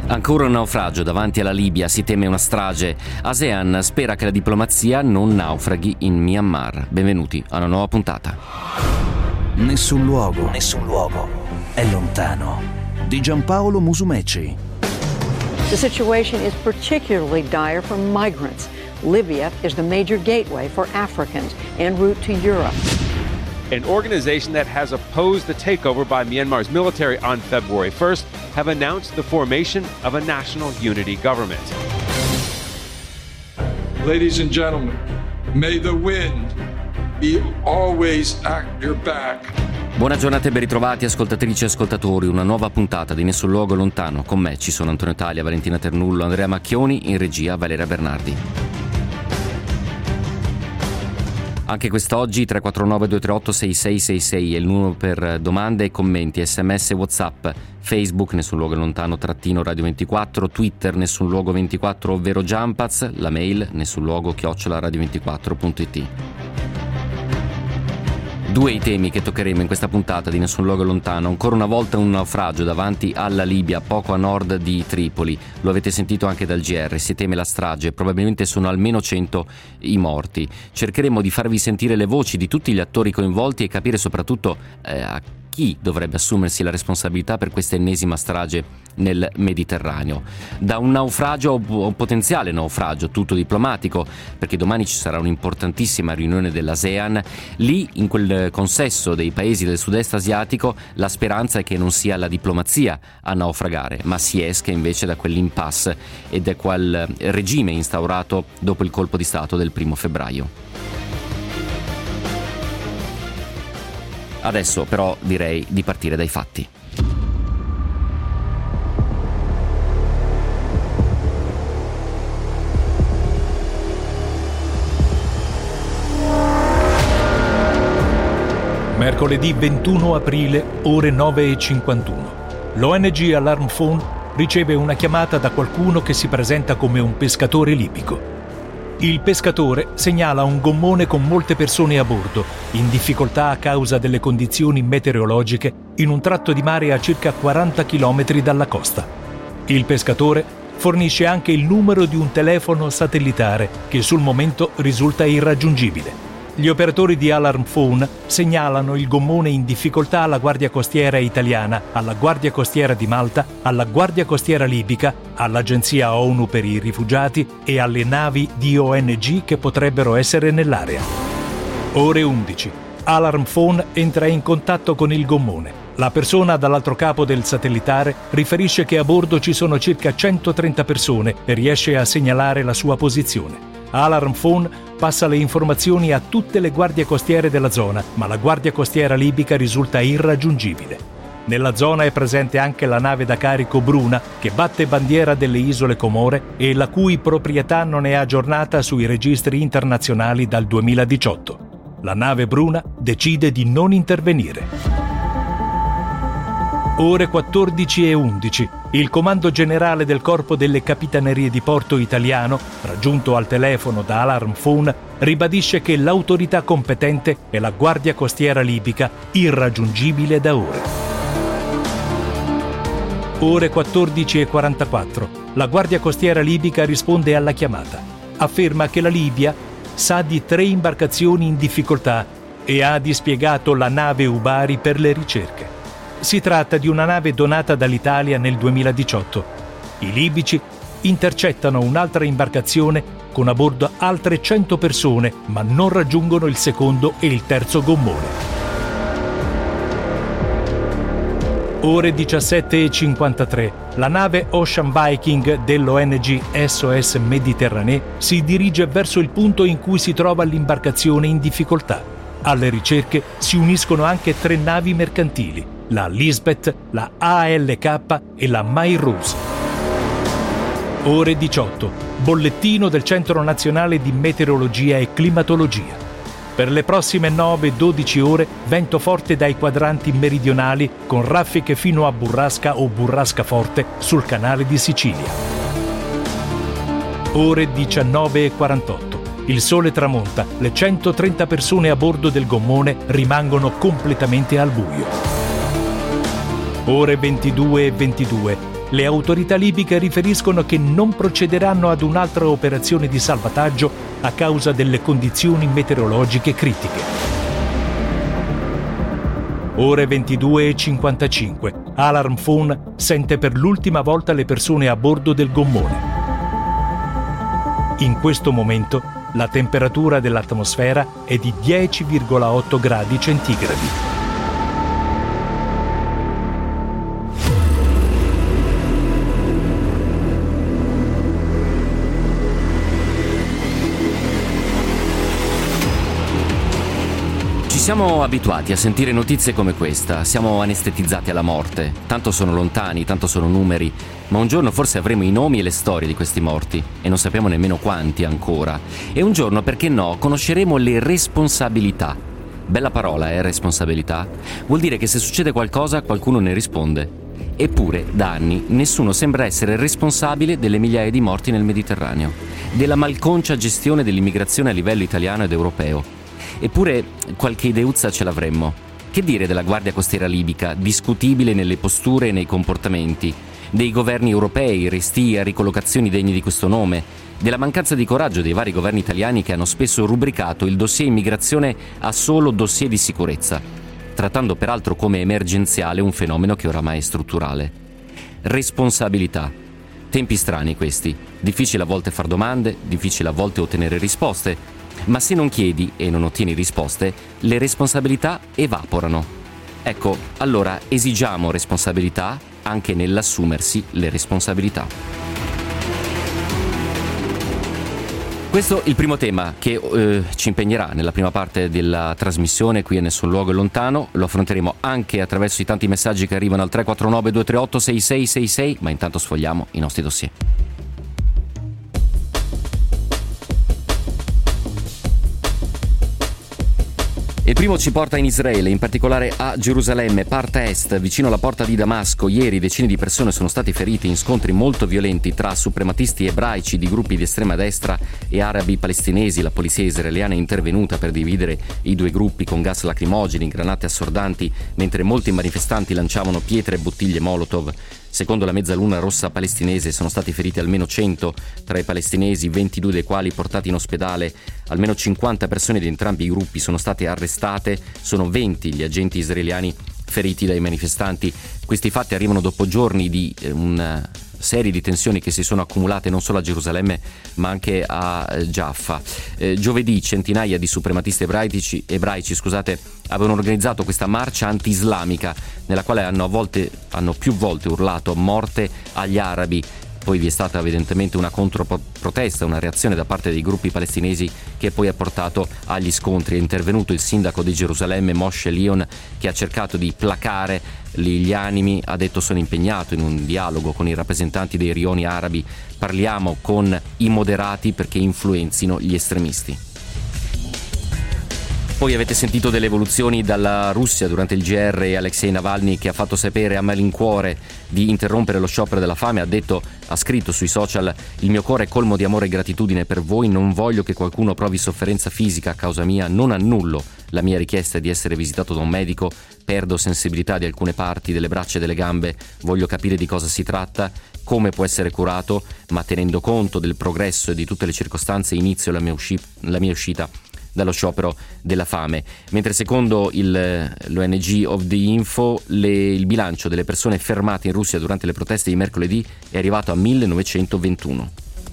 Ancora un naufragio davanti alla Libia, si teme una strage. ASEAN spera che la diplomazia non naufraghi in Myanmar. Benvenuti a una nuova puntata. Nessun luogo è lontano. Di Giampaolo Musumeci. The situation is particularly dire for migrants. Libya is the major gateway for Africans en route to Europe. An organization that has opposed the takeover by Myanmar's military on February 1st have announced the formation of a national unity government. Ladies and gentlemen, may the wind be always at your back. Buona giornata e ben ritrovati ascoltatrici e ascoltatori, una nuova puntata di Nessun Luogo Lontano. Con me ci sono Antonio Taglia, Valentina Ternullo, Andrea Macchioni, in regia Valeria Bernardi. Anche quest'oggi 349 238 6666 è il numero per domande e commenti, sms e whatsapp, Facebook Nessun Luogo Lontano _ Radio 24, Twitter Nessun Luogo 24 ovvero Jumpaz, la mail nessunluogo@radio24.it. Due i temi che toccheremo in questa puntata di Nessun Luogo Lontano. Ancora una volta un naufragio davanti alla Libia, poco a nord di Tripoli. Lo avete sentito anche dal GR, si teme la strage, probabilmente sono almeno 100 i morti. Cercheremo di farvi sentire le voci di tutti gli attori coinvolti e capire soprattutto a chi dovrebbe assumersi la responsabilità per questa ennesima strage nel Mediterraneo. Da un naufragio a un potenziale naufragio, tutto diplomatico, perché domani ci sarà un'importantissima riunione dell'ASEAN. Lì, in quel consesso dei paesi del sud-est asiatico, la speranza è che non sia la diplomazia a naufragare, ma si esca invece da quell'impasse e da quel regime instaurato dopo il colpo di Stato del 1 febbraio. Adesso però direi di partire dai fatti. Mercoledì 21 aprile, ore 9:51. L'ONG Alarm Phone riceve una chiamata da qualcuno che si presenta come un pescatore libico. Il pescatore segnala un gommone con molte persone a bordo, in difficoltà a causa delle condizioni meteorologiche, in un tratto di mare a circa 40 km dalla costa. Il pescatore fornisce anche il numero di un telefono satellitare che sul momento risulta irraggiungibile. Gli operatori di Alarm Phone segnalano il gommone in difficoltà alla Guardia Costiera italiana, alla Guardia Costiera di Malta, alla Guardia Costiera libica, all'Agenzia ONU per i rifugiati e alle navi di ONG che potrebbero essere nell'area. Ore 11. Alarm Phone entra in contatto con il gommone. La persona dall'altro capo del satellitare riferisce che a bordo ci sono circa 130 persone e riesce a segnalare la sua posizione. Alarm Phone passa le informazioni a tutte le guardie costiere della zona, ma la guardia costiera libica risulta irraggiungibile. Nella zona è presente anche la nave da carico Bruna, che batte bandiera delle isole Comore e la cui proprietà non è aggiornata sui registri internazionali dal 2018. La nave Bruna decide di non intervenire. Ore 14:11. Il comando generale del Corpo delle Capitanerie di Porto italiano, raggiunto al telefono da Alarm Phone, ribadisce che l'autorità competente è la Guardia Costiera libica, irraggiungibile da ore. Ore 14:44. La Guardia Costiera libica risponde alla chiamata. Afferma che la Libia sa di 3 imbarcazioni in difficoltà e ha dispiegato la nave Ubari per le ricerche. Si tratta di una nave donata dall'Italia nel 2018. I libici intercettano un'altra imbarcazione con a bordo altre 100 persone, ma non raggiungono il secondo e il terzo gommone. Ore 17:53. La nave Ocean Viking dell'ONG SOS Méditerranée si dirige verso il punto in cui si trova l'imbarcazione in difficoltà. Alle ricerche si uniscono anche 3 navi mercantili, la Lisbeth, la ALK e la My Rose. Ore 18. Bollettino del Centro Nazionale di Meteorologia e Climatologia. Per le prossime 9-12 ore, vento forte dai quadranti meridionali con raffiche fino a burrasca o burrasca forte sul canale di Sicilia. Ore 19:48. Il sole tramonta, le 130 persone a bordo del gommone rimangono completamente al buio. Ore 22:22. Le autorità libiche riferiscono che non procederanno ad un'altra operazione di salvataggio a causa delle condizioni meteorologiche critiche. Ore 22:55. Alarm Phone sente per l'ultima volta le persone a bordo del gommone. In questo momento la temperatura dell'atmosfera è di 10,8 gradi centigradi. Siamo abituati a sentire notizie come questa, siamo anestetizzati alla morte, tanto sono lontani, tanto sono numeri, ma un giorno forse avremo i nomi e le storie di questi morti e non sappiamo nemmeno quanti ancora. E un giorno, perché no, conosceremo le responsabilità. Bella parola, responsabilità? Vuol dire che se succede qualcosa qualcuno ne risponde. Eppure, da anni, nessuno sembra essere responsabile delle migliaia di morti nel Mediterraneo, della malconcia gestione dell'immigrazione a livello italiano ed europeo. Eppure qualche ideuzza ce l'avremmo. Che dire della Guardia Costiera libica, discutibile nelle posture e nei comportamenti, dei governi europei, restii a ricollocazioni degne di questo nome, della mancanza di coraggio dei vari governi italiani che hanno spesso rubricato il dossier immigrazione a solo dossier di sicurezza, trattando peraltro come emergenziale un fenomeno che oramai è strutturale. Responsabilità. Tempi strani questi, difficile a volte far domande, difficile a volte ottenere risposte, ma se non chiedi e non ottieni risposte, le responsabilità evaporano. Ecco, allora esigiamo responsabilità anche nell'assumersi le responsabilità. Questo è il primo tema che ci impegnerà nella prima parte della trasmissione qui a Nessun Luogo è Lontano. Lo affronteremo anche attraverso i tanti messaggi che arrivano al 349 238 6666, ma intanto sfogliamo i nostri dossier. Il primo ci porta in Israele, in particolare a Gerusalemme, parte est, vicino alla porta di Damasco. Ieri decine di persone sono state ferite in scontri molto violenti tra suprematisti ebraici di gruppi di estrema destra e arabi palestinesi. La polizia israeliana è intervenuta per dividere i due gruppi con gas lacrimogeni, granate assordanti, mentre molti manifestanti lanciavano pietre e bottiglie Molotov. Secondo la Mezzaluna Rossa palestinese sono stati feriti almeno 100 tra i palestinesi, 22 dei quali portati in ospedale. Almeno 50 persone di entrambi i gruppi sono state arrestate, sono 20 gli agenti israeliani feriti dai manifestanti. Questi fatti arrivano dopo giorni di una serie di tensioni che si sono accumulate non solo a Gerusalemme ma anche a Jaffa. Giovedì centinaia di suprematisti ebraici avevano organizzato questa marcia anti-islamica nella quale hanno più volte urlato morte agli arabi. Poi vi è stata evidentemente una controprotesta, una reazione da parte dei gruppi palestinesi che poi ha portato agli scontri. È intervenuto il sindaco di Gerusalemme, Moshe Leon, che ha cercato di placare gli animi, ha detto: sono impegnato in un dialogo con i rappresentanti dei rioni arabi, parliamo con i moderati perché influenzino gli estremisti. Poi avete sentito delle evoluzioni dalla Russia durante il GR e Alexei Navalny, che ha fatto sapere a malincuore di interrompere lo sciopero della fame. Ha scritto sui social: il mio cuore è colmo di amore e gratitudine per voi, non voglio che qualcuno provi sofferenza fisica a causa mia, non annullo la mia richiesta di essere visitato da un medico, perdo sensibilità di alcune parti, delle braccia e delle gambe, voglio capire di cosa si tratta, come può essere curato, ma tenendo conto del progresso e di tutte le circostanze inizio la mia uscita dallo sciopero della fame. Mentre secondo l'ONG of the Info il bilancio delle persone fermate in Russia durante le proteste di mercoledì è arrivato a 1921.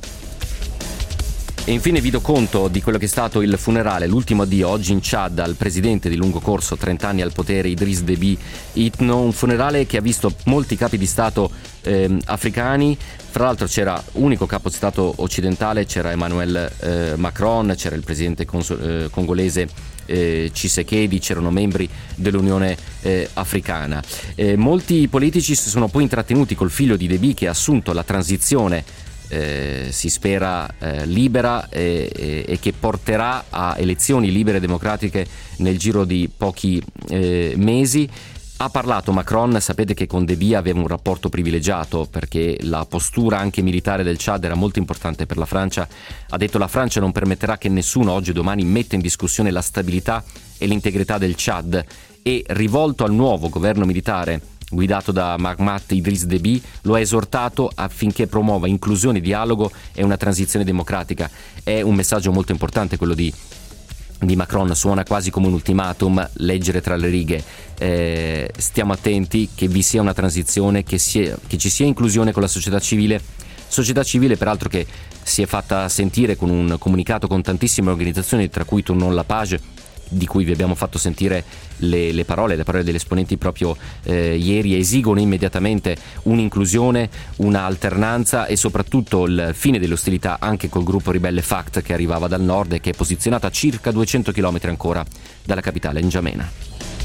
E infine vi do conto di quello che è stato il funerale, l'ultimo addio oggi in Chad al presidente di lungo corso, 30 anni al potere, Idriss Déby Itno, un funerale che ha visto molti capi di Stato africani. Fra l'altro c'era unico capo di Stato occidentale, c'era Emmanuel Macron, c'era il presidente congolese Tshisekedi, c'erano membri dell'Unione Africana. Molti politici si sono poi intrattenuti col figlio di Déby, che ha assunto la transizione si spera libera e che porterà a elezioni libere e democratiche nel giro di pochi mesi. Ha parlato Macron, sapete che con Déby aveva un rapporto privilegiato perché la postura anche militare del Chad era molto importante per la Francia. Ha detto: la Francia non permetterà che nessuno oggi o domani metta in discussione la stabilità e l'integrità del Chad. E rivolto al nuovo governo militare guidato da Mahamat Idriss Déby, lo ha esortato affinché promuova inclusione, dialogo e una transizione democratica. È un messaggio molto importante quello di Macron, suona quasi come un ultimatum, leggere tra le righe. Stiamo attenti che vi sia una transizione, che ci sia inclusione con la società civile peraltro che si è fatta sentire con un comunicato con tantissime organizzazioni, tra cui Tournon la Page, di cui vi abbiamo fatto sentire le parole degli esponenti proprio ieri. Esigono immediatamente un'inclusione, una alternanza e soprattutto il fine delle ostilità anche col gruppo ribelle FACT che arrivava dal nord e che è posizionato a circa 200 km ancora dalla capitale N'Djamena.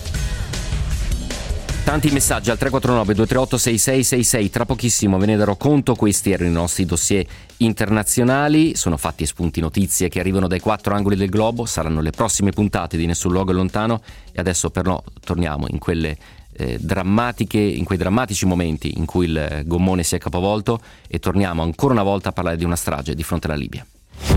Tanti messaggi al 349-238-6666, tra pochissimo ve ne darò conto. Questi erano i nostri dossier internazionali, sono fatti e spunti notizie che arrivano dai 4 angoli del globo, saranno le prossime puntate di Nessun Luogo Lontano e adesso però torniamo in quei drammatici momenti in cui il gommone si è capovolto e torniamo ancora una volta a parlare di una strage di fronte alla Libia.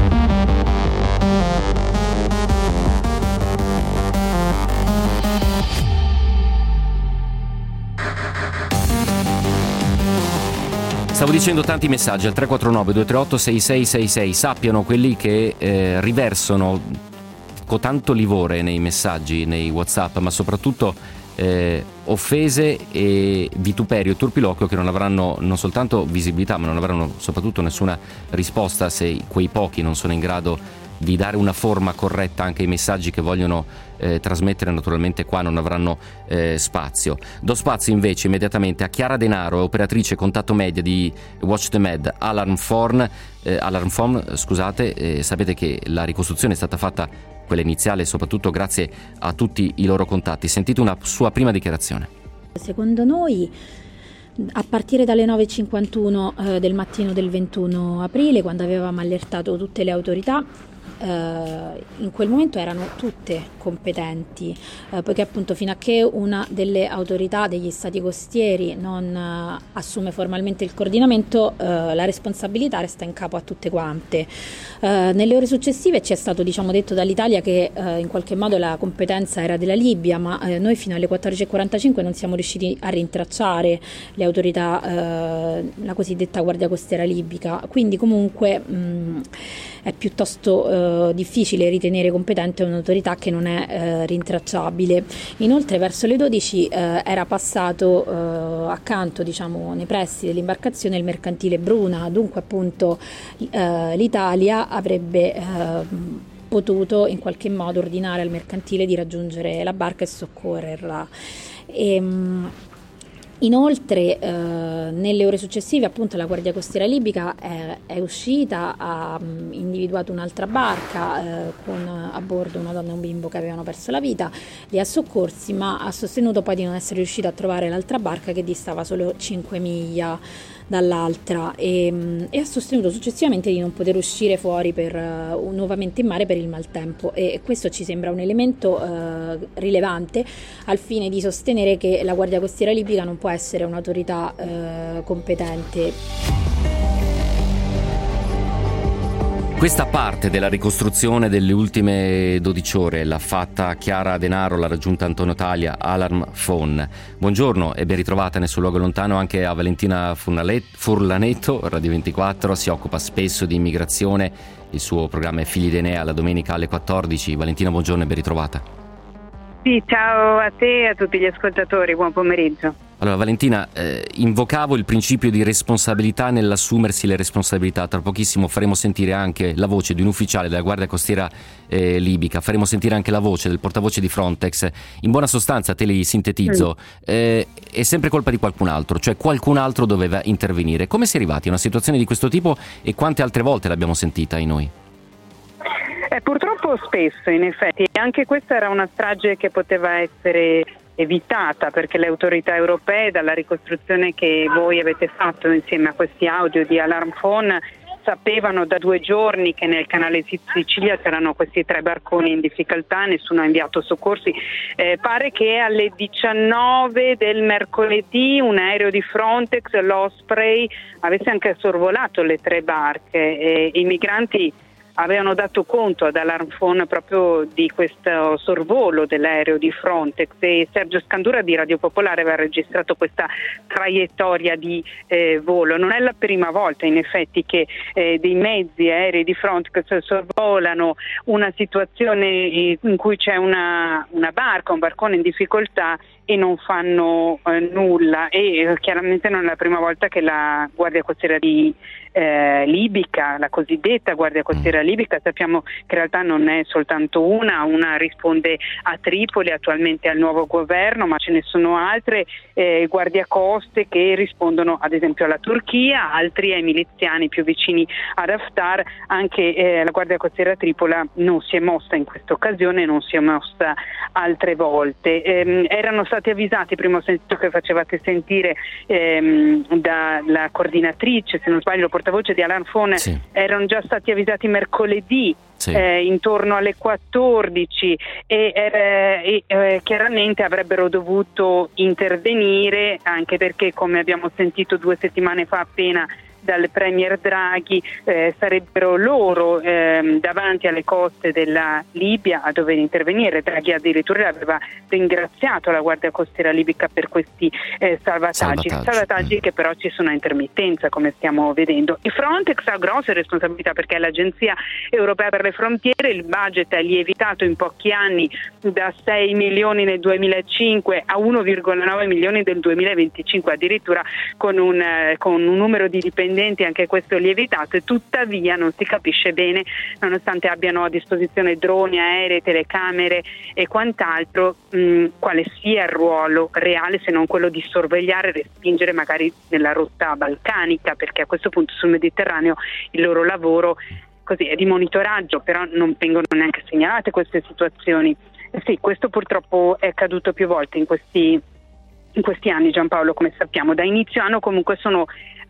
Stavo dicendo tanti messaggi al 349-238-6666, sappiano quelli che riversano con tanto livore nei messaggi, nei WhatsApp, ma soprattutto offese e vituperio e turpiloquio che non avranno non soltanto visibilità, ma non avranno soprattutto nessuna risposta se quei pochi non sono in grado di dare una forma corretta anche ai messaggi che vogliono trasmettere. Naturalmente qua non avranno spazio. Do spazio invece immediatamente a Chiara Denaro, operatrice contatto media di Watch the Med Alarm Phone. Sapete che la ricostruzione è stata fatta, quella iniziale, soprattutto grazie a tutti i loro contatti. Sentite una sua prima dichiarazione. Secondo noi, a partire dalle 9:51 del mattino del 21 aprile, quando avevamo allertato tutte le autorità, in quel momento erano tutte competenti, poiché appunto fino a che una delle autorità degli stati costieri non assume formalmente il coordinamento, la responsabilità resta in capo a tutte quante. Nelle ore successive ci è stato detto dall'Italia che in qualche modo la competenza era della Libia, ma noi fino alle 14:45 non siamo riusciti a rintracciare le autorità, la cosiddetta Guardia Costiera libica, quindi comunque è piuttosto difficile ritenere competente un'autorità che non è rintracciabile. Inoltre verso le 12 era passato accanto, nei pressi dell'imbarcazione, il mercantile Bruna, dunque appunto l'Italia avrebbe potuto in qualche modo ordinare al mercantile di raggiungere la barca e soccorrerla. Inoltre nelle ore successive appunto la Guardia Costiera libica è uscita, ha individuato un'altra barca con a bordo una donna e un bimbo che avevano perso la vita, li ha soccorsi, ma ha sostenuto poi di non essere riuscita a trovare l'altra barca che distava solo 5 miglia dall'altra e ha sostenuto successivamente di non poter uscire fuori nuovamente in mare per il maltempo, e questo ci sembra un elemento rilevante al fine di sostenere che la Guardia Costiera libica non può essere un'autorità competente. Questa parte della ricostruzione delle ultime 12 ore l'ha fatta Chiara Denaro, l'ha raggiunta Antonio Taglia, Alarm Phone. Buongiorno e ben ritrovata nel suo luogo lontano anche a Valentina Furlanetto, Radio 24, si occupa spesso di immigrazione, il suo programma è Figli d'Enea la domenica alle 14. Valentina, buongiorno e ben ritrovata. Sì, ciao a te e a tutti gli ascoltatori, buon pomeriggio. Allora Valentina, invocavo il principio di responsabilità nell'assumersi le responsabilità. Tra pochissimo faremo sentire anche la voce di un ufficiale della Guardia Costiera libica, faremo sentire anche la voce del portavoce di Frontex. In buona sostanza, te li sintetizzo, è sempre colpa di qualcun altro, cioè qualcun altro doveva intervenire. Come si è arrivati a una situazione di questo tipo e quante altre volte l'abbiamo sentita in noi? Purtroppo spesso, in effetti, anche questa era una strage che poteva essere evitata, perché le autorità europee, dalla ricostruzione che voi avete fatto insieme a questi audio di Alarm Phone, sapevano da 2 giorni che nel canale Sicilia c'erano questi 3 barconi in difficoltà, nessuno ha inviato soccorsi. Pare che alle 19 del mercoledì un aereo di Frontex, l'Osprey, avesse anche sorvolato le 3 barche. I migranti avevano dato conto ad Alarm Phone proprio di questo sorvolo dell'aereo di Frontex, e Sergio Scandura di Radio Popolare aveva registrato questa traiettoria di volo. Non è la prima volta in effetti che dei mezzi aerei di Frontex sorvolano una situazione in cui c'è una barca, un barcone in difficoltà e non fanno nulla, e chiaramente non è la prima volta che la Guardia Costiera libica, la cosiddetta Guardia Costiera libica, sappiamo che in realtà non è soltanto una risponde a Tripoli, attualmente al nuovo governo, ma ce ne sono altre guardiacoste che rispondono ad esempio alla Turchia, altri ai miliziani più vicini ad Haftar. Anche la Guardia Costiera Tripola non si è mossa in questa occasione, non si è mossa altre volte. Erano stati avvisati, prima ho sentito che facevate sentire dalla coordinatrice, se non sbaglio portavoce di Alarm Phone, sì. Erano già stati avvisati mercoledì, sì. Intorno alle 14 e chiaramente avrebbero dovuto intervenire, anche perché, come abbiamo sentito 2 settimane fa appena dal Premier Draghi, sarebbero loro davanti alle coste della Libia a dover intervenire. Draghi addirittura aveva ringraziato la Guardia Costiera libica per questi salvataggi che però ci sono a intermittenza, come stiamo vedendo. E Frontex ha grosse responsabilità perché è l'Agenzia Europea per le Frontiere, il budget è lievitato in pochi anni da 6 milioni nel 2005 a 1,9 milioni nel 2025, addirittura con un numero di dipendenti anche questo è lievitato, e tuttavia non si capisce bene, nonostante abbiano a disposizione droni, aerei, telecamere e quant'altro, quale sia il ruolo reale se non quello di sorvegliare e respingere magari nella rotta balcanica, perché a questo punto sul Mediterraneo il loro lavoro così è di monitoraggio, però non vengono neanche segnalate queste situazioni. Sì, questo purtroppo è accaduto più volte in questi anni, Giampaolo, come sappiamo. Da inizio anno comunque sono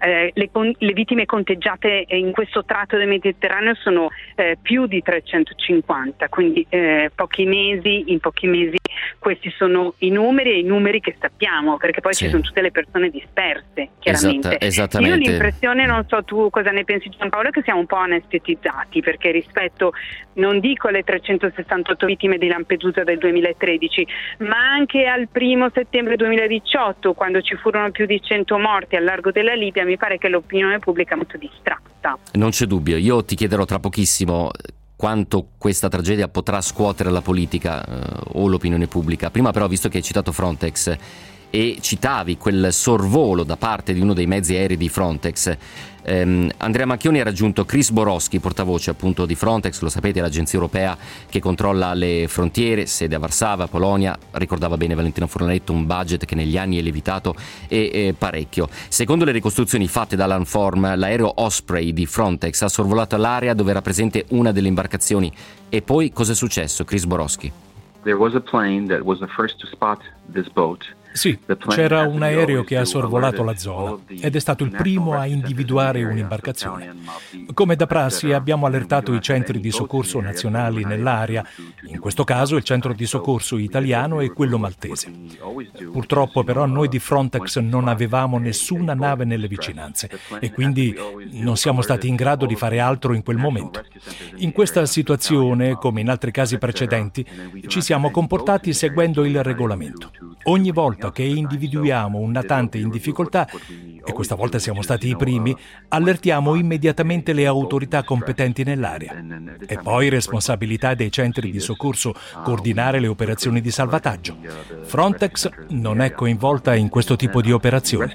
le vittime conteggiate in questo tratto del Mediterraneo sono più di 350, quindi in pochi mesi questi sono i numeri che sappiamo, perché poi ci sono tutte le persone disperse, chiaramente. Esattamente. Io ho l'impressione, non so tu cosa ne pensi Giampaolo, che siamo un po' anestetizzati, perché rispetto, non dico alle 368 vittime di Lampedusa del 2013, ma anche al 1 settembre 2018, quando ci furono più di 100 morti al largo della Libia, mi pare che l'opinione pubblica è molto distratta. Non c'è dubbio, io ti chiederò tra pochissimo quanto questa tragedia potrà scuotere la politica o l'opinione pubblica. Prima però, visto che hai citato Frontex e citavi quel sorvolo da parte di uno dei mezzi aerei di Frontex, Andrea Macchioni ha raggiunto Chris Borowski, portavoce appunto di Frontex, lo sapete, l'agenzia europea che controlla le frontiere, sede a Varsavia, Polonia. Ricordava bene Valentino Forlanetto, un budget che negli anni è lievitato e parecchio. Secondo le ricostruzioni fatte da Alarm Phone, l'aereo Osprey di Frontex ha sorvolato l'area dove era presente una delle imbarcazioni. E poi cosa è successo, Chris Borowski? There was a plane that was the first to spot this boat. Sì, c'era un aereo che ha sorvolato la zona ed è stato il primo a individuare un'imbarcazione. Come da prassi abbiamo allertato i centri di soccorso nazionali nell'area, in questo caso il centro di soccorso italiano e quello maltese. Purtroppo però noi di Frontex non avevamo nessuna nave nelle vicinanze e quindi non siamo stati in grado di fare altro in quel momento. In questa situazione, come in altri casi precedenti, ci siamo comportati seguendo il regolamento. Ogni volta che individuiamo un natante in difficoltà, e questa volta siamo stati i primi, allertiamo immediatamente le autorità competenti nell'area. E poi responsabilità dei centri di soccorso coordinare le operazioni di salvataggio. Frontex non è coinvolta in questo tipo di operazioni.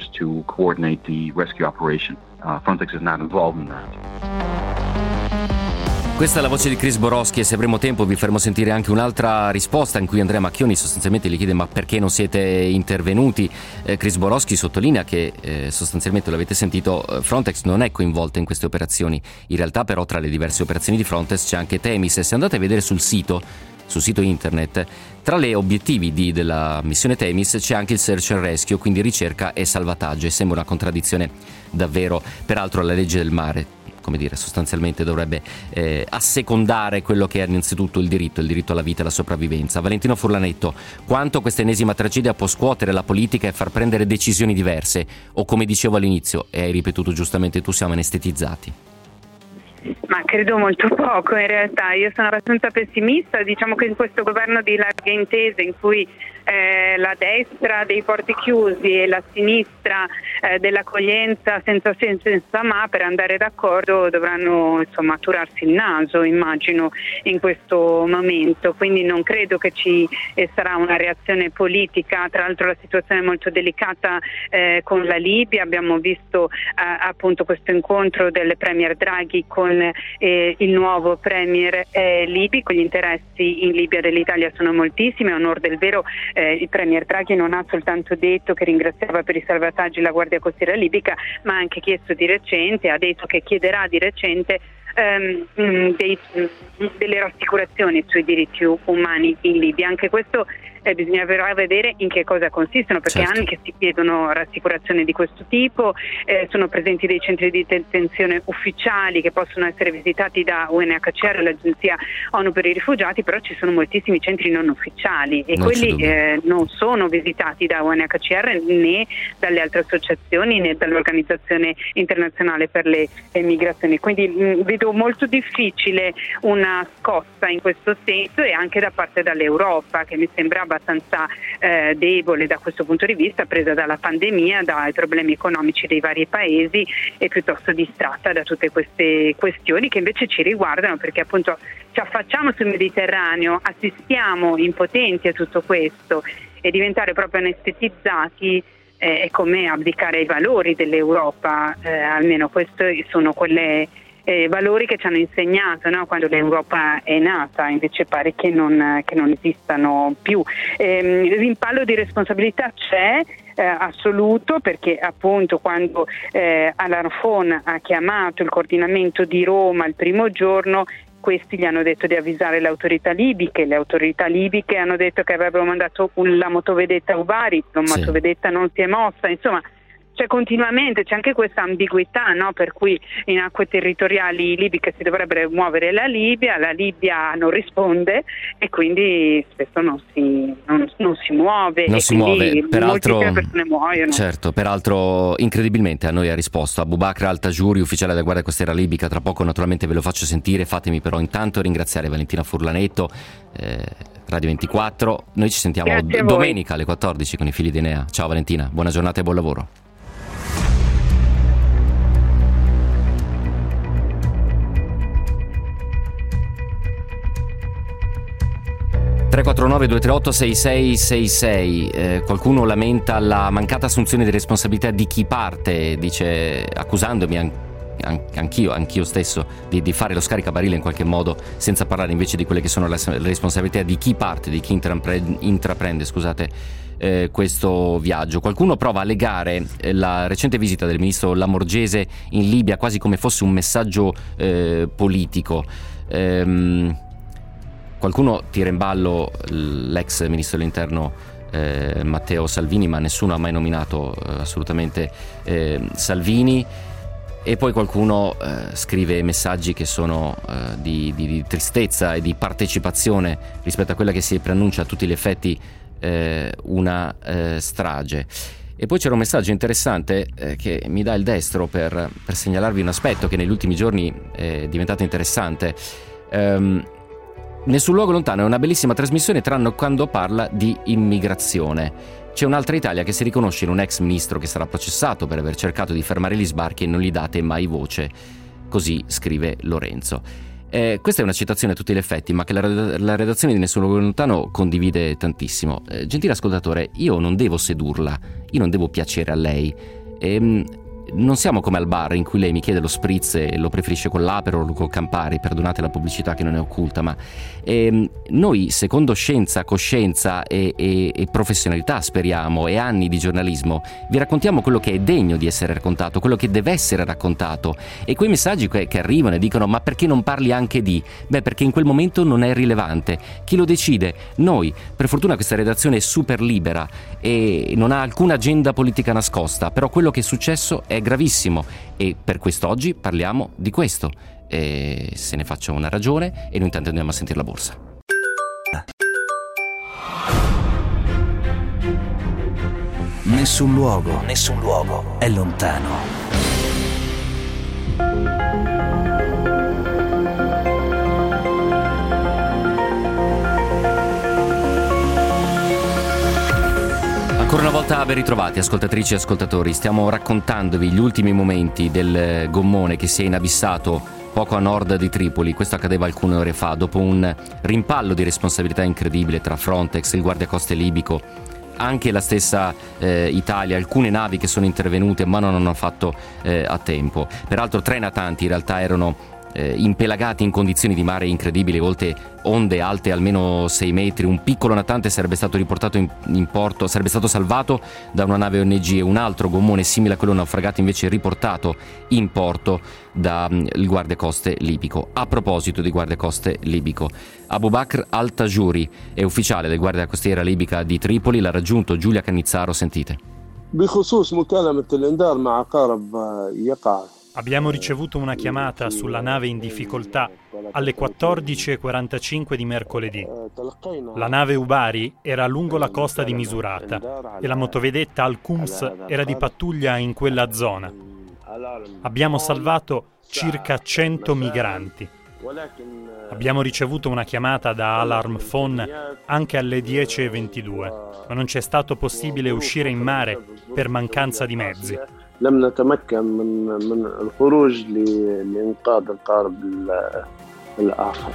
Frontex is not involved in that. Questa è la voce di Chris Borowski e se avremo tempo vi faremo sentire anche un'altra risposta in cui Andrea Macchioni sostanzialmente gli chiede ma perché non siete intervenuti. Chris Borowski sottolinea che sostanzialmente, l'avete sentito, Frontex non è coinvolta in queste operazioni. In realtà però tra le diverse operazioni di Frontex c'è anche Themis e se andate a vedere sul sito internet, tra le obiettivi della missione Themis c'è anche il search and rescue, quindi ricerca e salvataggio, e sembra una contraddizione davvero. Peraltro la legge del mare, come dire, sostanzialmente dovrebbe assecondare quello che è innanzitutto il diritto alla vita e alla sopravvivenza. Valentino Forlanetto, quanto questa ennesima tragedia può scuotere la politica e far prendere decisioni diverse, o come dicevo all'inizio e hai ripetuto giustamente tu, siamo anestetizzati? Ma credo molto poco in realtà, io sono abbastanza pessimista, diciamo che in questo governo di larghe intese in cui la destra dei porti chiusi e la sinistra dell'accoglienza senza senso e senza ma, per andare d'accordo dovranno insomma turarsi il naso, immagino, in questo momento, quindi non credo che ci sarà una reazione politica. Tra l'altro la situazione è molto delicata con la Libia, abbiamo visto appunto questo incontro del Premier Draghi con il nuovo Premier libico. Gli interessi in Libia dell'Italia sono moltissimi, a onor del vero il Premier Draghi non ha soltanto detto che ringraziava per i salvataggi la Guardia Costiera libica, ma ha anche chiesto di recente, ha detto che chiederà di recente delle rassicurazioni sui diritti umani in Libia. Anche questo bisognerà vedere in che cosa consistono, perché certo. anni che si chiedono rassicurazioni di questo tipo, sono presenti dei centri di detenzione ufficiali che possono essere visitati da UNHCR, l'Agenzia ONU per i rifugiati, però ci sono moltissimi centri non ufficiali e quelli non sono visitati da UNHCR né dalle altre associazioni né dall'Organizzazione Internazionale per le Migrazioni. Quindi vedo molto difficile una scossa in questo senso, e anche da parte dell'Europa, che mi sembra abbastanza debole da questo punto di vista, presa dalla pandemia, dai problemi economici dei vari paesi, e piuttosto distratta da tutte queste questioni che invece ci riguardano, perché appunto ci affacciamo sul Mediterraneo, assistiamo impotenti a tutto questo, e diventare proprio anestetizzati è come abdicare ai valori dell'Europa, almeno questi sono quelle valori che ci hanno insegnato, no? Quando l'Europa è nata, invece pare che non esistano più. Il rimpallo di responsabilità c'è, assoluto, perché appunto quando Alarfon ha chiamato il coordinamento di Roma il primo giorno, questi gli hanno detto di avvisare le autorità libiche hanno detto che avrebbero mandato la motovedetta Ubari, la motovedetta non si è mossa, insomma continuamente c'è anche questa ambiguità, no? Per cui in acque territoriali libiche si dovrebbe muovere la Libia non risponde e quindi spesso non si muove. Non si muove, peraltro molte persone muoiono. Certo, peraltro incredibilmente a noi ha risposto Aboubakr Al-Tajuri, ufficiale della Guardia Costiera libica. Tra poco naturalmente ve lo faccio sentire, fatemi però intanto ringraziare Valentina Furlanetto, Radio 24. Noi ci sentiamo domenica alle 14 con i figli di Enea. Ciao Valentina, buona giornata e buon lavoro. (349-238-6666). Qualcuno lamenta la mancata assunzione di responsabilità di chi parte, dice, accusandomi anch'io stesso di fare lo scaricabarile in qualche modo, senza parlare invece di quelle che sono le responsabilità di chi parte, di chi intraprende questo viaggio. Qualcuno prova a legare la recente visita del ministro Lamorgese in Libia quasi come fosse un messaggio politico. Qualcuno tira in ballo l'ex ministro dell'interno Matteo Salvini, ma nessuno ha mai nominato assolutamente Salvini. E poi qualcuno scrive messaggi che sono di tristezza e di partecipazione rispetto a quella che si preannuncia a tutti gli effetti una strage. E poi c'era un messaggio interessante che mi dà il destro per segnalarvi un aspetto che negli ultimi giorni è diventato interessante. Nessun luogo lontano è una bellissima trasmissione, tranne quando parla di immigrazione. C'è un'altra Italia che si riconosce in un ex ministro che sarà processato per aver cercato di fermare gli sbarchi e non gli date mai voce. Così scrive Lorenzo. Questa è una citazione a tutti gli effetti, ma che la redazione di Nessun luogo lontano condivide tantissimo. Gentile ascoltatore, io non devo sedurla, io non devo piacere a lei. Non siamo come al bar in cui lei mi chiede lo spritz e lo preferisce con l'Aperol o col Campari, perdonate la pubblicità che non è occulta, ma noi, secondo scienza, coscienza e professionalità, speriamo, e anni di giornalismo, vi raccontiamo quello che è degno di essere raccontato, quello che deve essere raccontato. E quei messaggi che arrivano e dicono ma perché non parli anche di? Beh, perché in quel momento non è rilevante. Chi lo decide? Noi. Per fortuna questa redazione è super libera e non ha alcuna agenda politica nascosta, però quello che è successo è gravissimo e per quest'oggi parliamo di questo. E se ne faccia una ragione, e noi intanto andiamo a sentire la borsa. Nessun luogo è lontano. Ancora una volta ben ritrovati ascoltatrici e ascoltatori, stiamo raccontandovi gli ultimi momenti del gommone che si è inabissato poco a nord di Tripoli. Questo accadeva alcune ore fa, dopo un rimpallo di responsabilità incredibile tra Frontex, il guardiacoste libico, anche la stessa Italia, alcune navi che sono intervenute ma non hanno fatto a tempo. Peraltro 3 natanti in realtà erano impelagati in condizioni di mare incredibili, onde alte almeno 6 metri. Un piccolo natante sarebbe stato riportato in porto, sarebbe stato salvato da una nave ONG, e un altro gommone simile a quello naufragato invece riportato in porto dal guardiacoste libico. A proposito di guardiacoste libico, Abu Bakr al-Tajuri è ufficiale del guardia costiera libica di Tripoli, l'ha raggiunto Giulia Cannizzaro, sentite. Abbiamo ricevuto una chiamata sulla nave in difficoltà alle 14:45 di mercoledì. La nave Ubari era lungo la costa di Misurata e la motovedetta Al-Qums era di pattuglia in quella zona. Abbiamo salvato circa 100 migranti. Abbiamo ricevuto una chiamata da Alarm Phone anche alle 10:22, ma non c'è stato possibile uscire in mare per mancanza di mezzi. لم نتمكن من الخروج لإنقاذ القارب الآخر.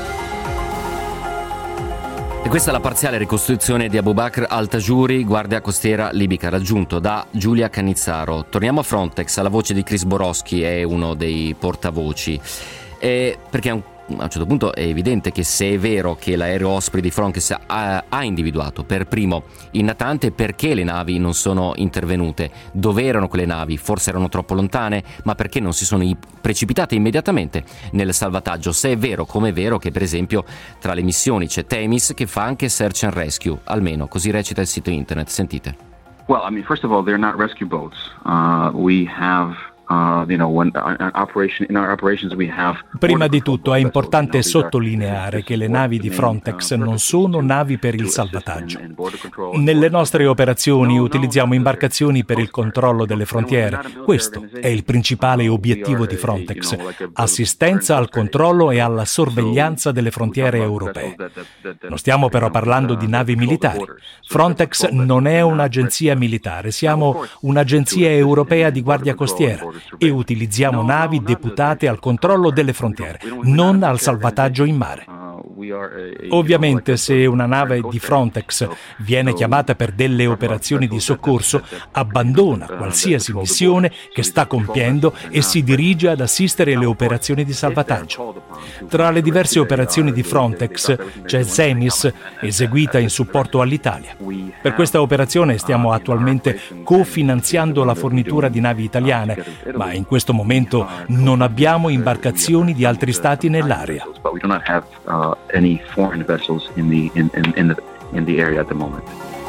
E questa è la parziale ricostruzione di Abu Bakr al-Tajuri, guardia costiera libica, raggiunto da Giulia Cannizzaro. Torniamo a Frontex, alla voce di Chris Borowski, è uno dei portavoci. Perché a un certo punto è evidente che se è vero che l'aereo Osprey di Frontex ha individuato per primo il natante, perché le navi non sono intervenute? Dove erano quelle navi? Forse erano troppo lontane, ma perché non si sono precipitate immediatamente nel salvataggio? Se è vero, come è vero che per esempio tra le missioni c'è Themis che fa anche search and rescue, almeno così recita il sito internet, sentite. Well, I mean, first of all, they're not rescue boats. We have Prima di tutto è importante sottolineare che le navi di Frontex non sono navi per il salvataggio. Nelle nostre operazioni utilizziamo imbarcazioni per il controllo delle frontiere. Questo è il principale obiettivo di Frontex: assistenza al controllo e alla sorveglianza delle frontiere europee. Non stiamo però parlando di navi militari. Frontex non è un'agenzia militare, siamo un'agenzia europea di guardia costiera e utilizziamo navi deputate al controllo delle frontiere, non al salvataggio in mare. Ovviamente, se una nave di Frontex viene chiamata per delle operazioni di soccorso, abbandona qualsiasi missione che sta compiendo e si dirige ad assistere alle operazioni di salvataggio. Tra le diverse operazioni di Frontex c'è Themis, eseguita in supporto all'Italia. Per questa operazione stiamo attualmente cofinanziando la fornitura di navi italiane, ma in questo momento non abbiamo imbarcazioni di altri stati nell'area. Any foreign vessels in the area at the moment.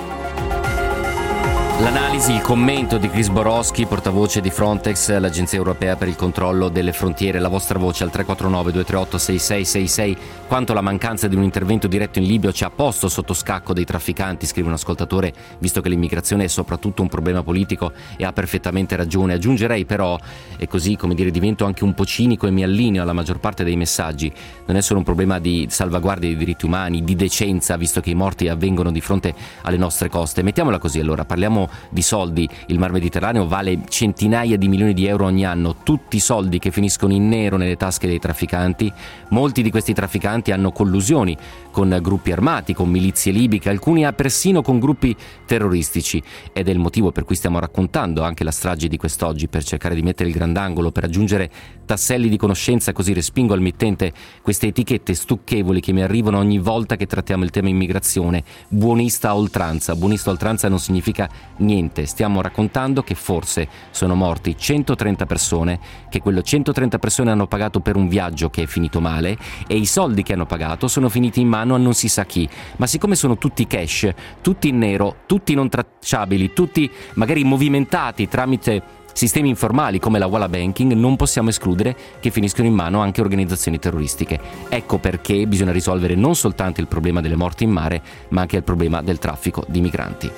L'analisi, il commento di Chris Borowski, portavoce di Frontex, l'Agenzia Europea per il Controllo delle Frontiere. La vostra voce al 349-238-6666. Quanto la mancanza di un intervento diretto in Libia ci ha posto sotto scacco dei trafficanti, scrive un ascoltatore, visto che l'immigrazione è soprattutto un problema politico, e ha perfettamente ragione. Aggiungerei però, e così come dire divento anche un po' cinico e mi allineo alla maggior parte dei messaggi, non è solo un problema di salvaguardia dei diritti umani, di decenza, visto che i morti avvengono di fronte alle nostre coste. Mettiamola così allora, parliamo di soldi. Il Mar Mediterraneo vale centinaia di milioni di euro ogni anno, tutti soldi che finiscono in nero nelle tasche dei trafficanti. Molti di questi trafficanti hanno collusioni con gruppi armati, con milizie libiche, alcuni persino con gruppi terroristici, ed è il motivo per cui stiamo raccontando anche la strage di quest'oggi, per cercare di mettere il grandangolo, per aggiungere tasselli di conoscenza, così respingo al mittente queste etichette stucchevoli che mi arrivano ogni volta che trattiamo il tema immigrazione. Buonista a oltranza. Buonista a oltranza non significa niente. Stiamo raccontando che forse sono morti 130 persone, che quelle 130 persone hanno pagato per un viaggio che è finito male, e i soldi che hanno pagato sono finiti in mano a non si sa chi. Ma siccome sono tutti cash, tutti in nero, tutti non tracciabili, tutti magari movimentati tramite sistemi informali come la Walla Banking, non possiamo escludere che finiscono in mano anche organizzazioni terroristiche. Ecco perché bisogna risolvere non soltanto il problema delle morti in mare, ma anche il problema del traffico di migranti.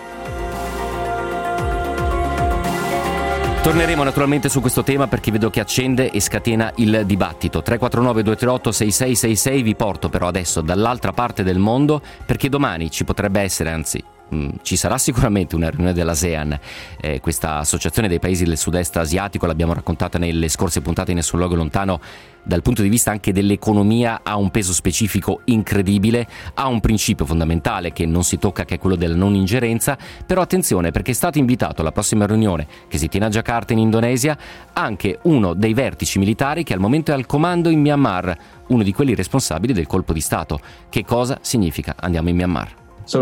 Torneremo naturalmente su questo tema, perché vedo che accende e scatena il dibattito. 349-238-6666. Vi porto però adesso dall'altra parte del mondo, perché domani ci potrebbe essere, anzi ci sarà sicuramente una riunione dell'ASEAN, questa associazione dei paesi del sud-est asiatico, l'abbiamo raccontata nelle scorse puntate Nessun luogo lontano. Dal punto di vista anche dell'economia ha un peso specifico incredibile, ha un principio fondamentale che non si tocca, che è quello della non ingerenza. Però attenzione, perché è stato invitato alla prossima riunione che si tiene a Giacarta in Indonesia anche uno dei vertici militari che al momento è al comando in Myanmar, uno di quelli responsabili del colpo di Stato. Che cosa significa? Andiamo in Myanmar.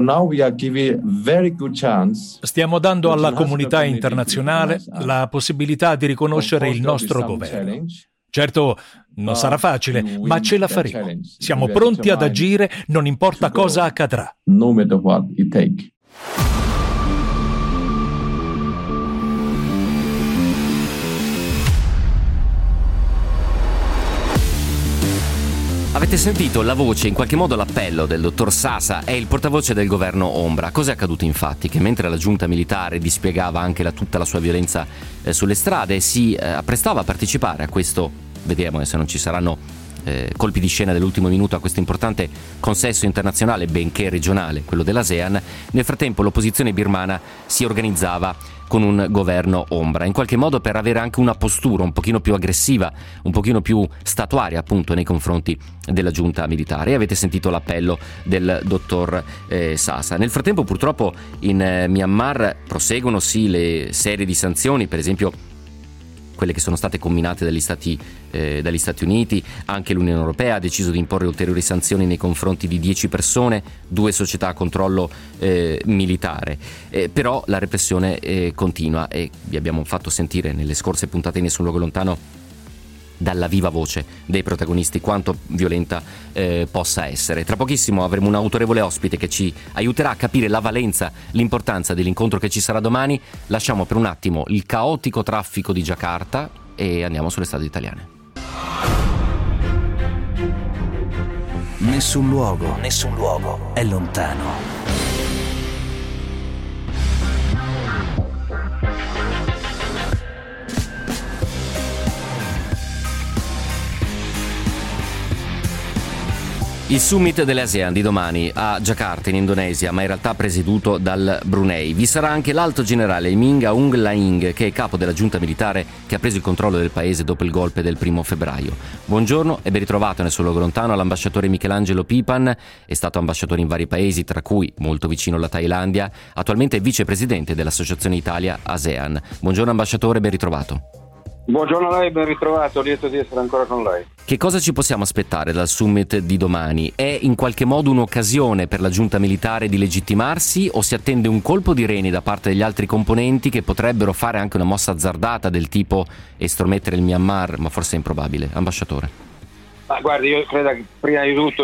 Stiamo dando alla comunità internazionale la possibilità di riconoscere il nostro governo. Certo, non sarà facile, ma ce la faremo. Siamo pronti ad agire, non importa cosa accadrà. Avete sentito la voce, in qualche modo l'appello del dottor Sasa, è il portavoce del governo Ombra. Cos'è accaduto infatti? Che mentre la giunta militare dispiegava anche tutta la sua violenza sulle strade, si apprestava a partecipare a questo, vediamo se non ci saranno colpi di scena dell'ultimo minuto, a questo importante consesso internazionale, benché regionale, quello dell'ASEAN. Nel frattempo l'opposizione birmana si organizzava con un governo ombra, in qualche modo per avere anche una postura un pochino più aggressiva, un pochino più statuaria appunto nei confronti della giunta militare. E avete sentito l'appello del dottor Sasa. Nel frattempo purtroppo in Myanmar proseguono sì le serie di sanzioni, per esempio quelle che sono state comminate dagli Stati Uniti. Anche l'Unione Europea ha deciso di imporre ulteriori sanzioni nei confronti di 10 persone, 2 società a controllo militare. Però la repressione continua, e vi abbiamo fatto sentire nelle scorse puntate di Nessun luogo lontano dalla viva voce dei protagonisti quanto violenta possa essere. Tra pochissimo avremo un autorevole ospite che ci aiuterà a capire la valenza, l'importanza dell'incontro che ci sarà domani. Lasciamo per un attimo il caotico traffico di Giacarta e andiamo sulle strade italiane. Nessun luogo è lontano. Il summit delle ASEAN di domani a Giacarta in Indonesia, ma in realtà presieduto dal Brunei. Vi sarà anche l'alto generale Min Aung Hlaing, che è capo della giunta militare che ha preso il controllo del paese dopo il golpe del 1 febbraio. Buongiorno e ben ritrovato nel suo luogo lontano all'ambasciatore Michelangelo Pipan. È stato ambasciatore in vari paesi, tra cui molto vicino alla Thailandia. Attualmente è vicepresidente dell'Associazione Italia ASEAN. Buongiorno ambasciatore, ben ritrovato. Buongiorno a lei, ben ritrovato, lieto di essere ancora con lei. Che cosa ci possiamo aspettare dal summit di domani? È in qualche modo un'occasione per la giunta militare di legittimarsi, o si attende un colpo di reni da parte degli altri componenti che potrebbero fare anche una mossa azzardata del tipo estromettere il Myanmar, ma forse è improbabile? Ambasciatore. Ma guardi, io credo che prima di tutto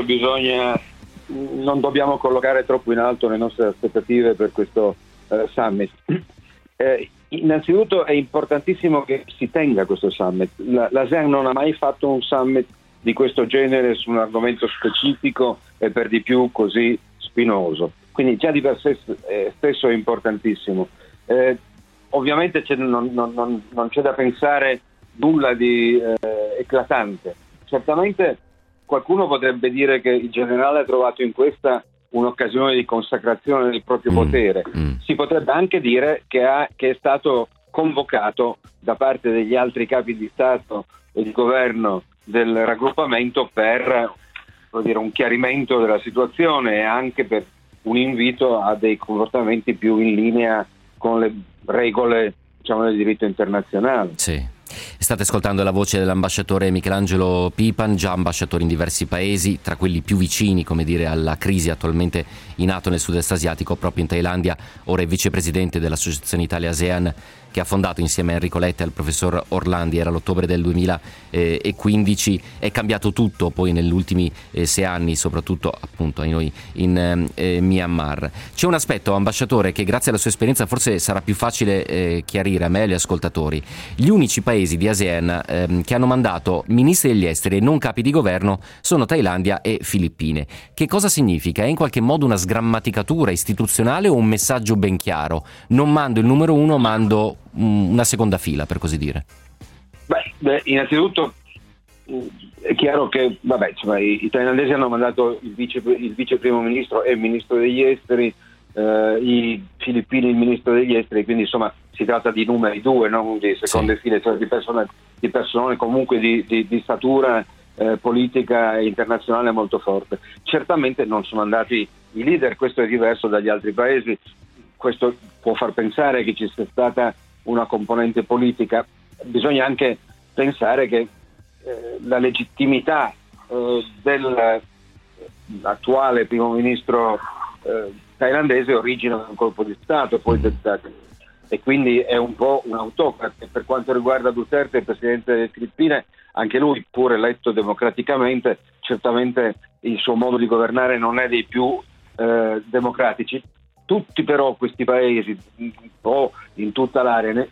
non dobbiamo collocare troppo in alto le nostre aspettative per questo summit. Innanzitutto è importantissimo che si tenga questo summit. L'ASEAN non ha mai fatto un summit di questo genere su un argomento specifico e per di più così spinoso, quindi già di per sé stesso è importantissimo. Ovviamente non c'è da pensare nulla di eclatante. Certamente qualcuno potrebbe dire che il generale ha trovato in questa un'occasione di consacrazione del proprio potere. Si potrebbe anche dire che è stato convocato da parte degli altri capi di Stato e di governo del raggruppamento per un chiarimento della situazione e anche per un invito a dei comportamenti più in linea con le regole, del diritto internazionale. Sì. State ascoltando la voce dell'ambasciatore Michelangelo Pipan, già ambasciatore in diversi paesi, tra quelli più vicini, alla crisi attualmente in atto nel sud-est asiatico, proprio in Thailandia. Ora è vicepresidente dell'Associazione Italia ASEAN, che ha fondato insieme a Enrico Letta e al professor Orlandi. Era l'ottobre del 2015. È cambiato tutto poi negli ultimi 6 anni, soprattutto appunto a noi in Myanmar. C'è un aspetto, ambasciatore, che grazie alla sua esperienza forse sarà più facile chiarire a me e agli ascoltatori. Gli unici paesi di ASEAN che hanno mandato ministri degli esteri e non capi di governo sono Thailandia e Filippine. Che cosa significa? È in qualche modo una sgrammaticatura istituzionale o un messaggio ben chiaro? Non mando il numero 1, mando una seconda fila, per così dire. Beh, innanzitutto è chiaro che i thailandesi hanno mandato il vice primo ministro e il ministro degli esteri i filippini il ministro degli esteri, quindi insomma si tratta di numeri 2, non di seconde file, cioè di persone comunque di statura politica internazionale molto forte. Certamente non sono andati i leader, questo è diverso dagli altri paesi, questo può far pensare che ci sia stata una componente politica. Bisogna anche pensare che la legittimità dell'attuale primo ministro thailandese origina da un colpo di Stato poi tentato, e quindi è un po' un autocrate. Per quanto riguarda Duterte, il presidente delle Filippine, anche lui, pur eletto democraticamente, certamente il suo modo di governare non è dei più democratici. Tutti però questi paesi, o in tutta l'area,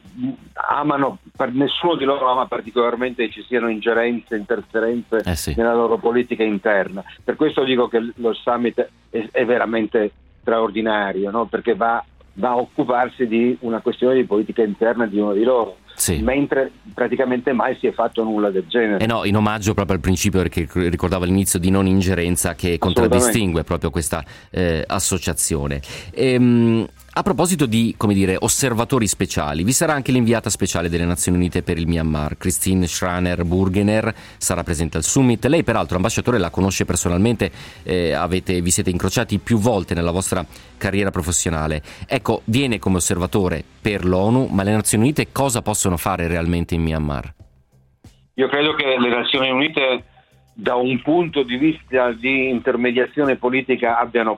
nessuno di loro ama particolarmente che ci siano ingerenze, interferenze nella loro politica interna. Per questo dico che lo summit è veramente straordinario, no? Perché va a occuparsi di una questione di politica interna di uno di loro. Mentre praticamente mai si è fatto nulla del genere. No, in omaggio proprio al principio, perché ricordavo all'inizio, di non ingerenza che contraddistingue proprio questa associazione. A proposito di, come dire, osservatori speciali, vi sarà anche l'inviata speciale delle Nazioni Unite per il Myanmar, Christine Schraner-Burgener, sarà presente al summit. Lei peraltro, ambasciatore, la conosce personalmente, vi siete incrociati più volte nella vostra carriera professionale. Ecco, viene come osservatore per l'ONU, ma le Nazioni Unite cosa possono fare realmente in Myanmar? Io credo che le Nazioni Unite, da un punto di vista di intermediazione politica, abbiano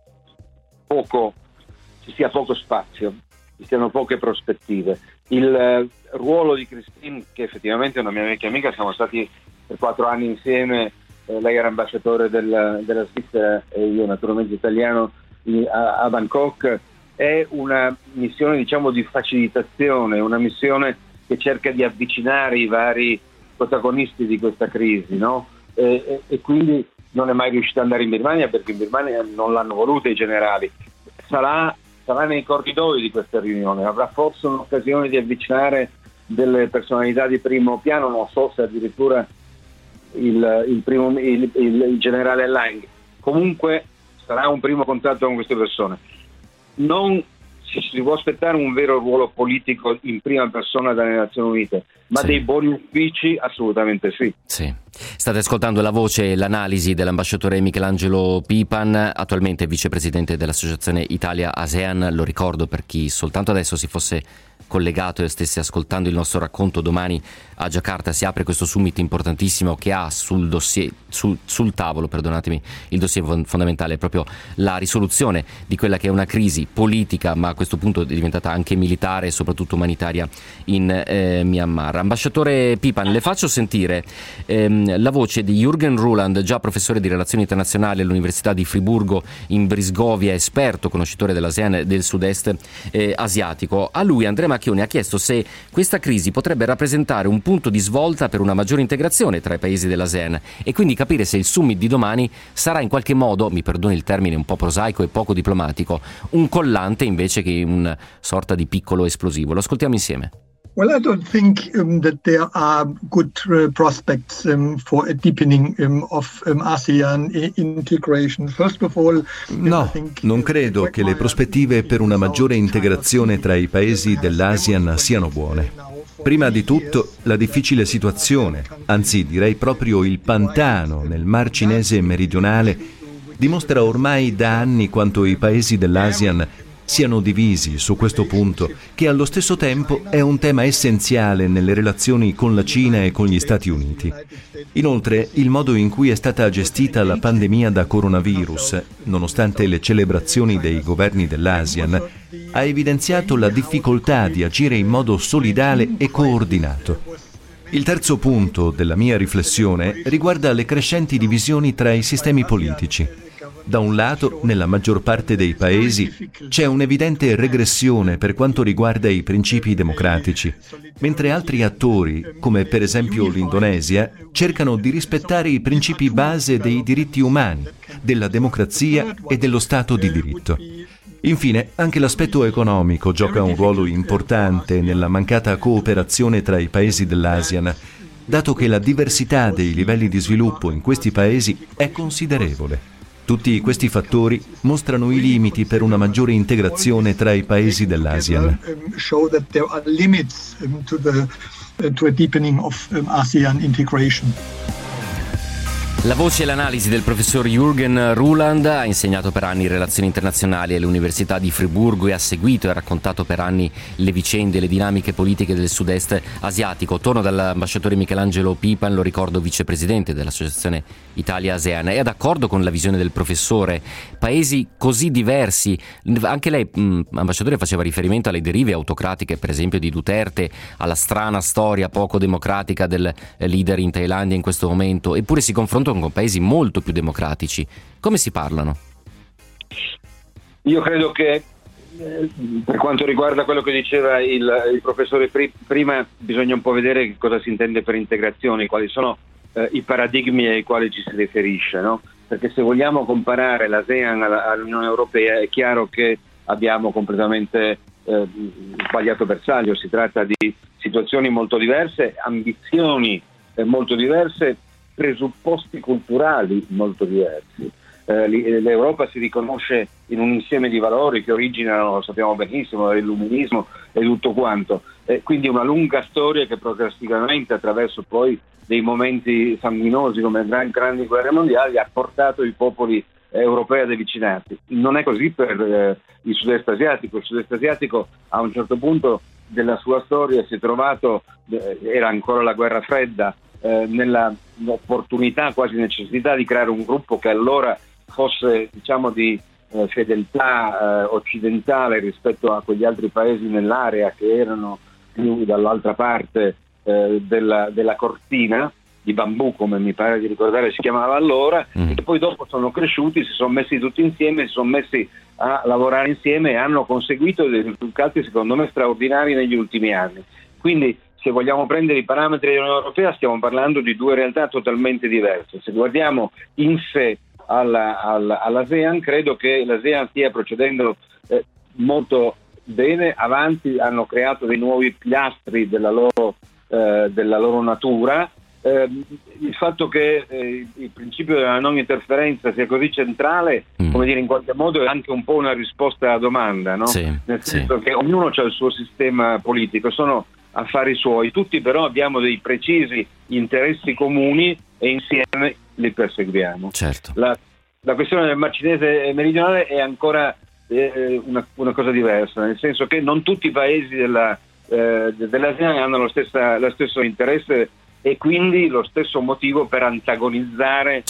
ci sia poco spazio, ci siano poche prospettive. Il ruolo di Christine, che effettivamente è una mia vecchia amica, siamo stati per 4 anni insieme, lei era ambasciatore della Svizzera e io naturalmente italiano a Bangkok, è una missione, diciamo, di facilitazione, una missione che cerca di avvicinare i vari protagonisti di questa crisi, no? E quindi non è mai riuscita ad andare in Birmania, perché in Birmania non l'hanno voluta i generali. Sarà nei corridoi di questa riunione, avrà forse un'occasione di avvicinare delle personalità di primo piano, non so se addirittura il generale Lang. Comunque sarà un primo contatto con queste persone. Non si può aspettare un vero ruolo politico in prima persona dalle Nazioni Unite, ma dei buoni uffici assolutamente sì. State ascoltando la voce e l'analisi dell'ambasciatore Michelangelo Pipan, attualmente vicepresidente dell'Associazione Italia-ASEAN. Lo ricordo per chi soltanto adesso si fosse collegato e stesse ascoltando il nostro racconto. Domani a Giacarta si apre questo summit importantissimo che ha sul tavolo, il dossier fondamentale, proprio la risoluzione di quella che è una crisi politica, ma a questo punto è diventata anche militare e soprattutto umanitaria in Myanmar. Ambasciatore Pipan, le faccio sentire la voce di Jürgen Ruland, già professore di relazioni internazionali all'Università di Friburgo in Brisgovia, esperto conoscitore dell'ASEAN e del sud-est asiatico. A lui Andrea Macchioni ha chiesto se questa crisi potrebbe rappresentare un punto di svolta per una maggiore integrazione tra i paesi dell'ASEAN e quindi capire se il summit di domani sarà in qualche modo, mi perdoni il termine un po' prosaico e poco diplomatico, un collante invece che una sorta di piccolo esplosivo. Lo ascoltiamo insieme. Well, I don't think that there are good prospects for a deepening of ASEAN integration. First of all, no, non credo che le prospettive per una maggiore integrazione tra i paesi dell'ASEAN siano buone. Prima di tutto, la difficile situazione, anzi direi proprio il pantano nel Mar Cinese meridionale, dimostra ormai da anni quanto i paesi dell'ASEAN siano divisi su questo punto, che allo stesso tempo è un tema essenziale nelle relazioni con la Cina e con gli Stati Uniti. Inoltre, il modo in cui è stata gestita la pandemia da coronavirus, nonostante le celebrazioni dei governi dell'ASEAN, ha evidenziato la difficoltà di agire in modo solidale e coordinato. Il terzo punto della mia riflessione riguarda le crescenti divisioni tra i sistemi politici. Da un lato, nella maggior parte dei paesi, c'è un'evidente regressione per quanto riguarda i principi democratici, mentre altri attori, come per esempio l'Indonesia, cercano di rispettare i principi base dei diritti umani, della democrazia e dello Stato di diritto. Infine, anche l'aspetto economico gioca un ruolo importante nella mancata cooperazione tra i paesi dell'ASEAN, dato che la diversità dei livelli di sviluppo in questi paesi è considerevole. Tutti questi fattori mostrano i limiti per una maggiore integrazione tra i paesi dell'ASEAN. Show that there are limits to a deepening of ASEAN integration. La voce e l'analisi del professor Jürgen Ruland. Ha insegnato per anni relazioni internazionali all'Università di Friburgo e ha seguito e raccontato per anni le vicende e le dinamiche politiche del sud-est asiatico. Torno dall'ambasciatore Michelangelo Pipan, lo ricordo vicepresidente dell'Associazione Italia-ASEAN. È d'accordo con la visione del professore? Paesi così diversi, anche lei, ambasciatore, faceva riferimento alle derive autocratiche, per esempio di Duterte, alla strana storia poco democratica del leader in Thailandia in questo momento, eppure si confronta con paesi molto più democratici. Come si parlano? Io credo che per quanto riguarda quello che diceva il professore prima, bisogna un po' vedere che cosa si intende per integrazione, quali sono i paradigmi ai quali ci si riferisce, no? Perché se vogliamo comparare l'ASEAN all'Unione Europea è chiaro che abbiamo completamente sbagliato bersaglio. Si tratta di situazioni molto diverse, ambizioni molto diverse, presupposti culturali molto diversi. L'Europa si riconosce in un insieme di valori che originano, lo sappiamo benissimo, dall'illuminismo e tutto quanto. Quindi una lunga storia che progressivamente, attraverso poi dei momenti sanguinosi come grandi guerre mondiali, ha portato i popoli europei ad avvicinarsi. Non è così per il sud-est asiatico. Il sud-est asiatico a un certo punto della sua storia si è trovato, era ancora la guerra fredda, nella opportunità, quasi necessità di creare un gruppo che allora fosse, diciamo, di fedeltà occidentale rispetto a quegli altri paesi nell'area che erano più dall'altra parte della cortina di bambù, come mi pare di ricordare si chiamava allora, e poi dopo sono cresciuti, si sono messi tutti insieme, si sono messi a lavorare insieme e hanno conseguito dei risultati secondo me straordinari negli ultimi anni. Quindi se vogliamo prendere i parametri dell'Unione Europea stiamo parlando di due realtà totalmente diverse. Se guardiamo in sé all'ASEAN, credo che l'ASEAN stia procedendo molto bene, avanti, hanno creato dei nuovi pilastri della loro natura. Il fatto che il principio della non interferenza sia così centrale, come dire, in qualche modo è anche un po' una risposta alla domanda, no? Nel senso che ognuno ha il suo sistema politico, sono affari suoi, tutti però abbiamo dei precisi interessi comuni e insieme li perseguiamo. Certo. La questione del Mar Cinese meridionale è ancora una cosa diversa, nel senso che non tutti i paesi dell'ASEAN hanno lo stesso interesse e quindi lo stesso motivo per antagonizzare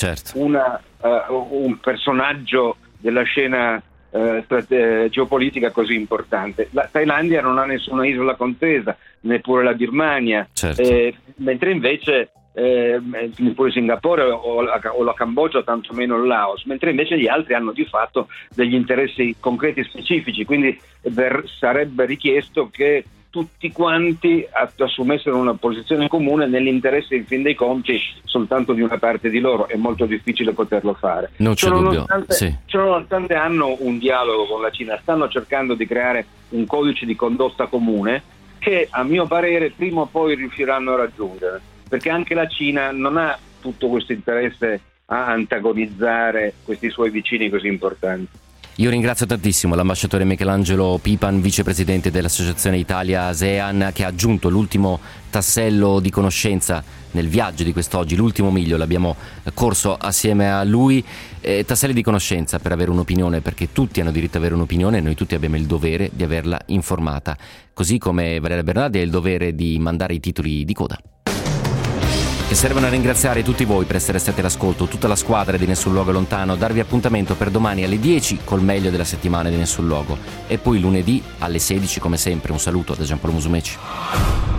un personaggio della scena geopolitica così importante. La Thailandia non ha nessuna isola contesa, neppure la Birmania, mentre invece neppure Singapore o la Cambogia, tantomeno il Laos, mentre invece gli altri hanno di fatto degli interessi concreti e specifici, quindi sarebbe richiesto che tutti quanti assumessero una posizione comune nell'interesse in fin dei conti soltanto di una parte di loro. È molto difficile poterlo fare. Non c'è dubbio. Nonostante hanno un dialogo con la Cina, stanno cercando di creare un codice di condotta comune che a mio parere prima o poi riusciranno a raggiungere, perché anche la Cina non ha tutto questo interesse a antagonizzare questi suoi vicini così importanti. Io ringrazio tantissimo l'ambasciatore Michelangelo Pipan, vicepresidente dell'Associazione Italia-ASEAN, che ha aggiunto l'ultimo tassello di conoscenza nel viaggio di quest'oggi, l'ultimo miglio l'abbiamo corso assieme a lui, tasselli di conoscenza per avere un'opinione, perché tutti hanno diritto ad avere un'opinione e noi tutti abbiamo il dovere di averla informata, così come Valeria Bernardi ha il dovere di mandare i titoli di coda. Che servono a ringraziare tutti voi per essere stati all'ascolto, tutta la squadra di Nessun Luogo Lontano, darvi appuntamento per domani alle 10 col meglio della settimana di Nessun Luogo e poi lunedì alle 16 come sempre. Un saluto da Giampaolo Musumeci.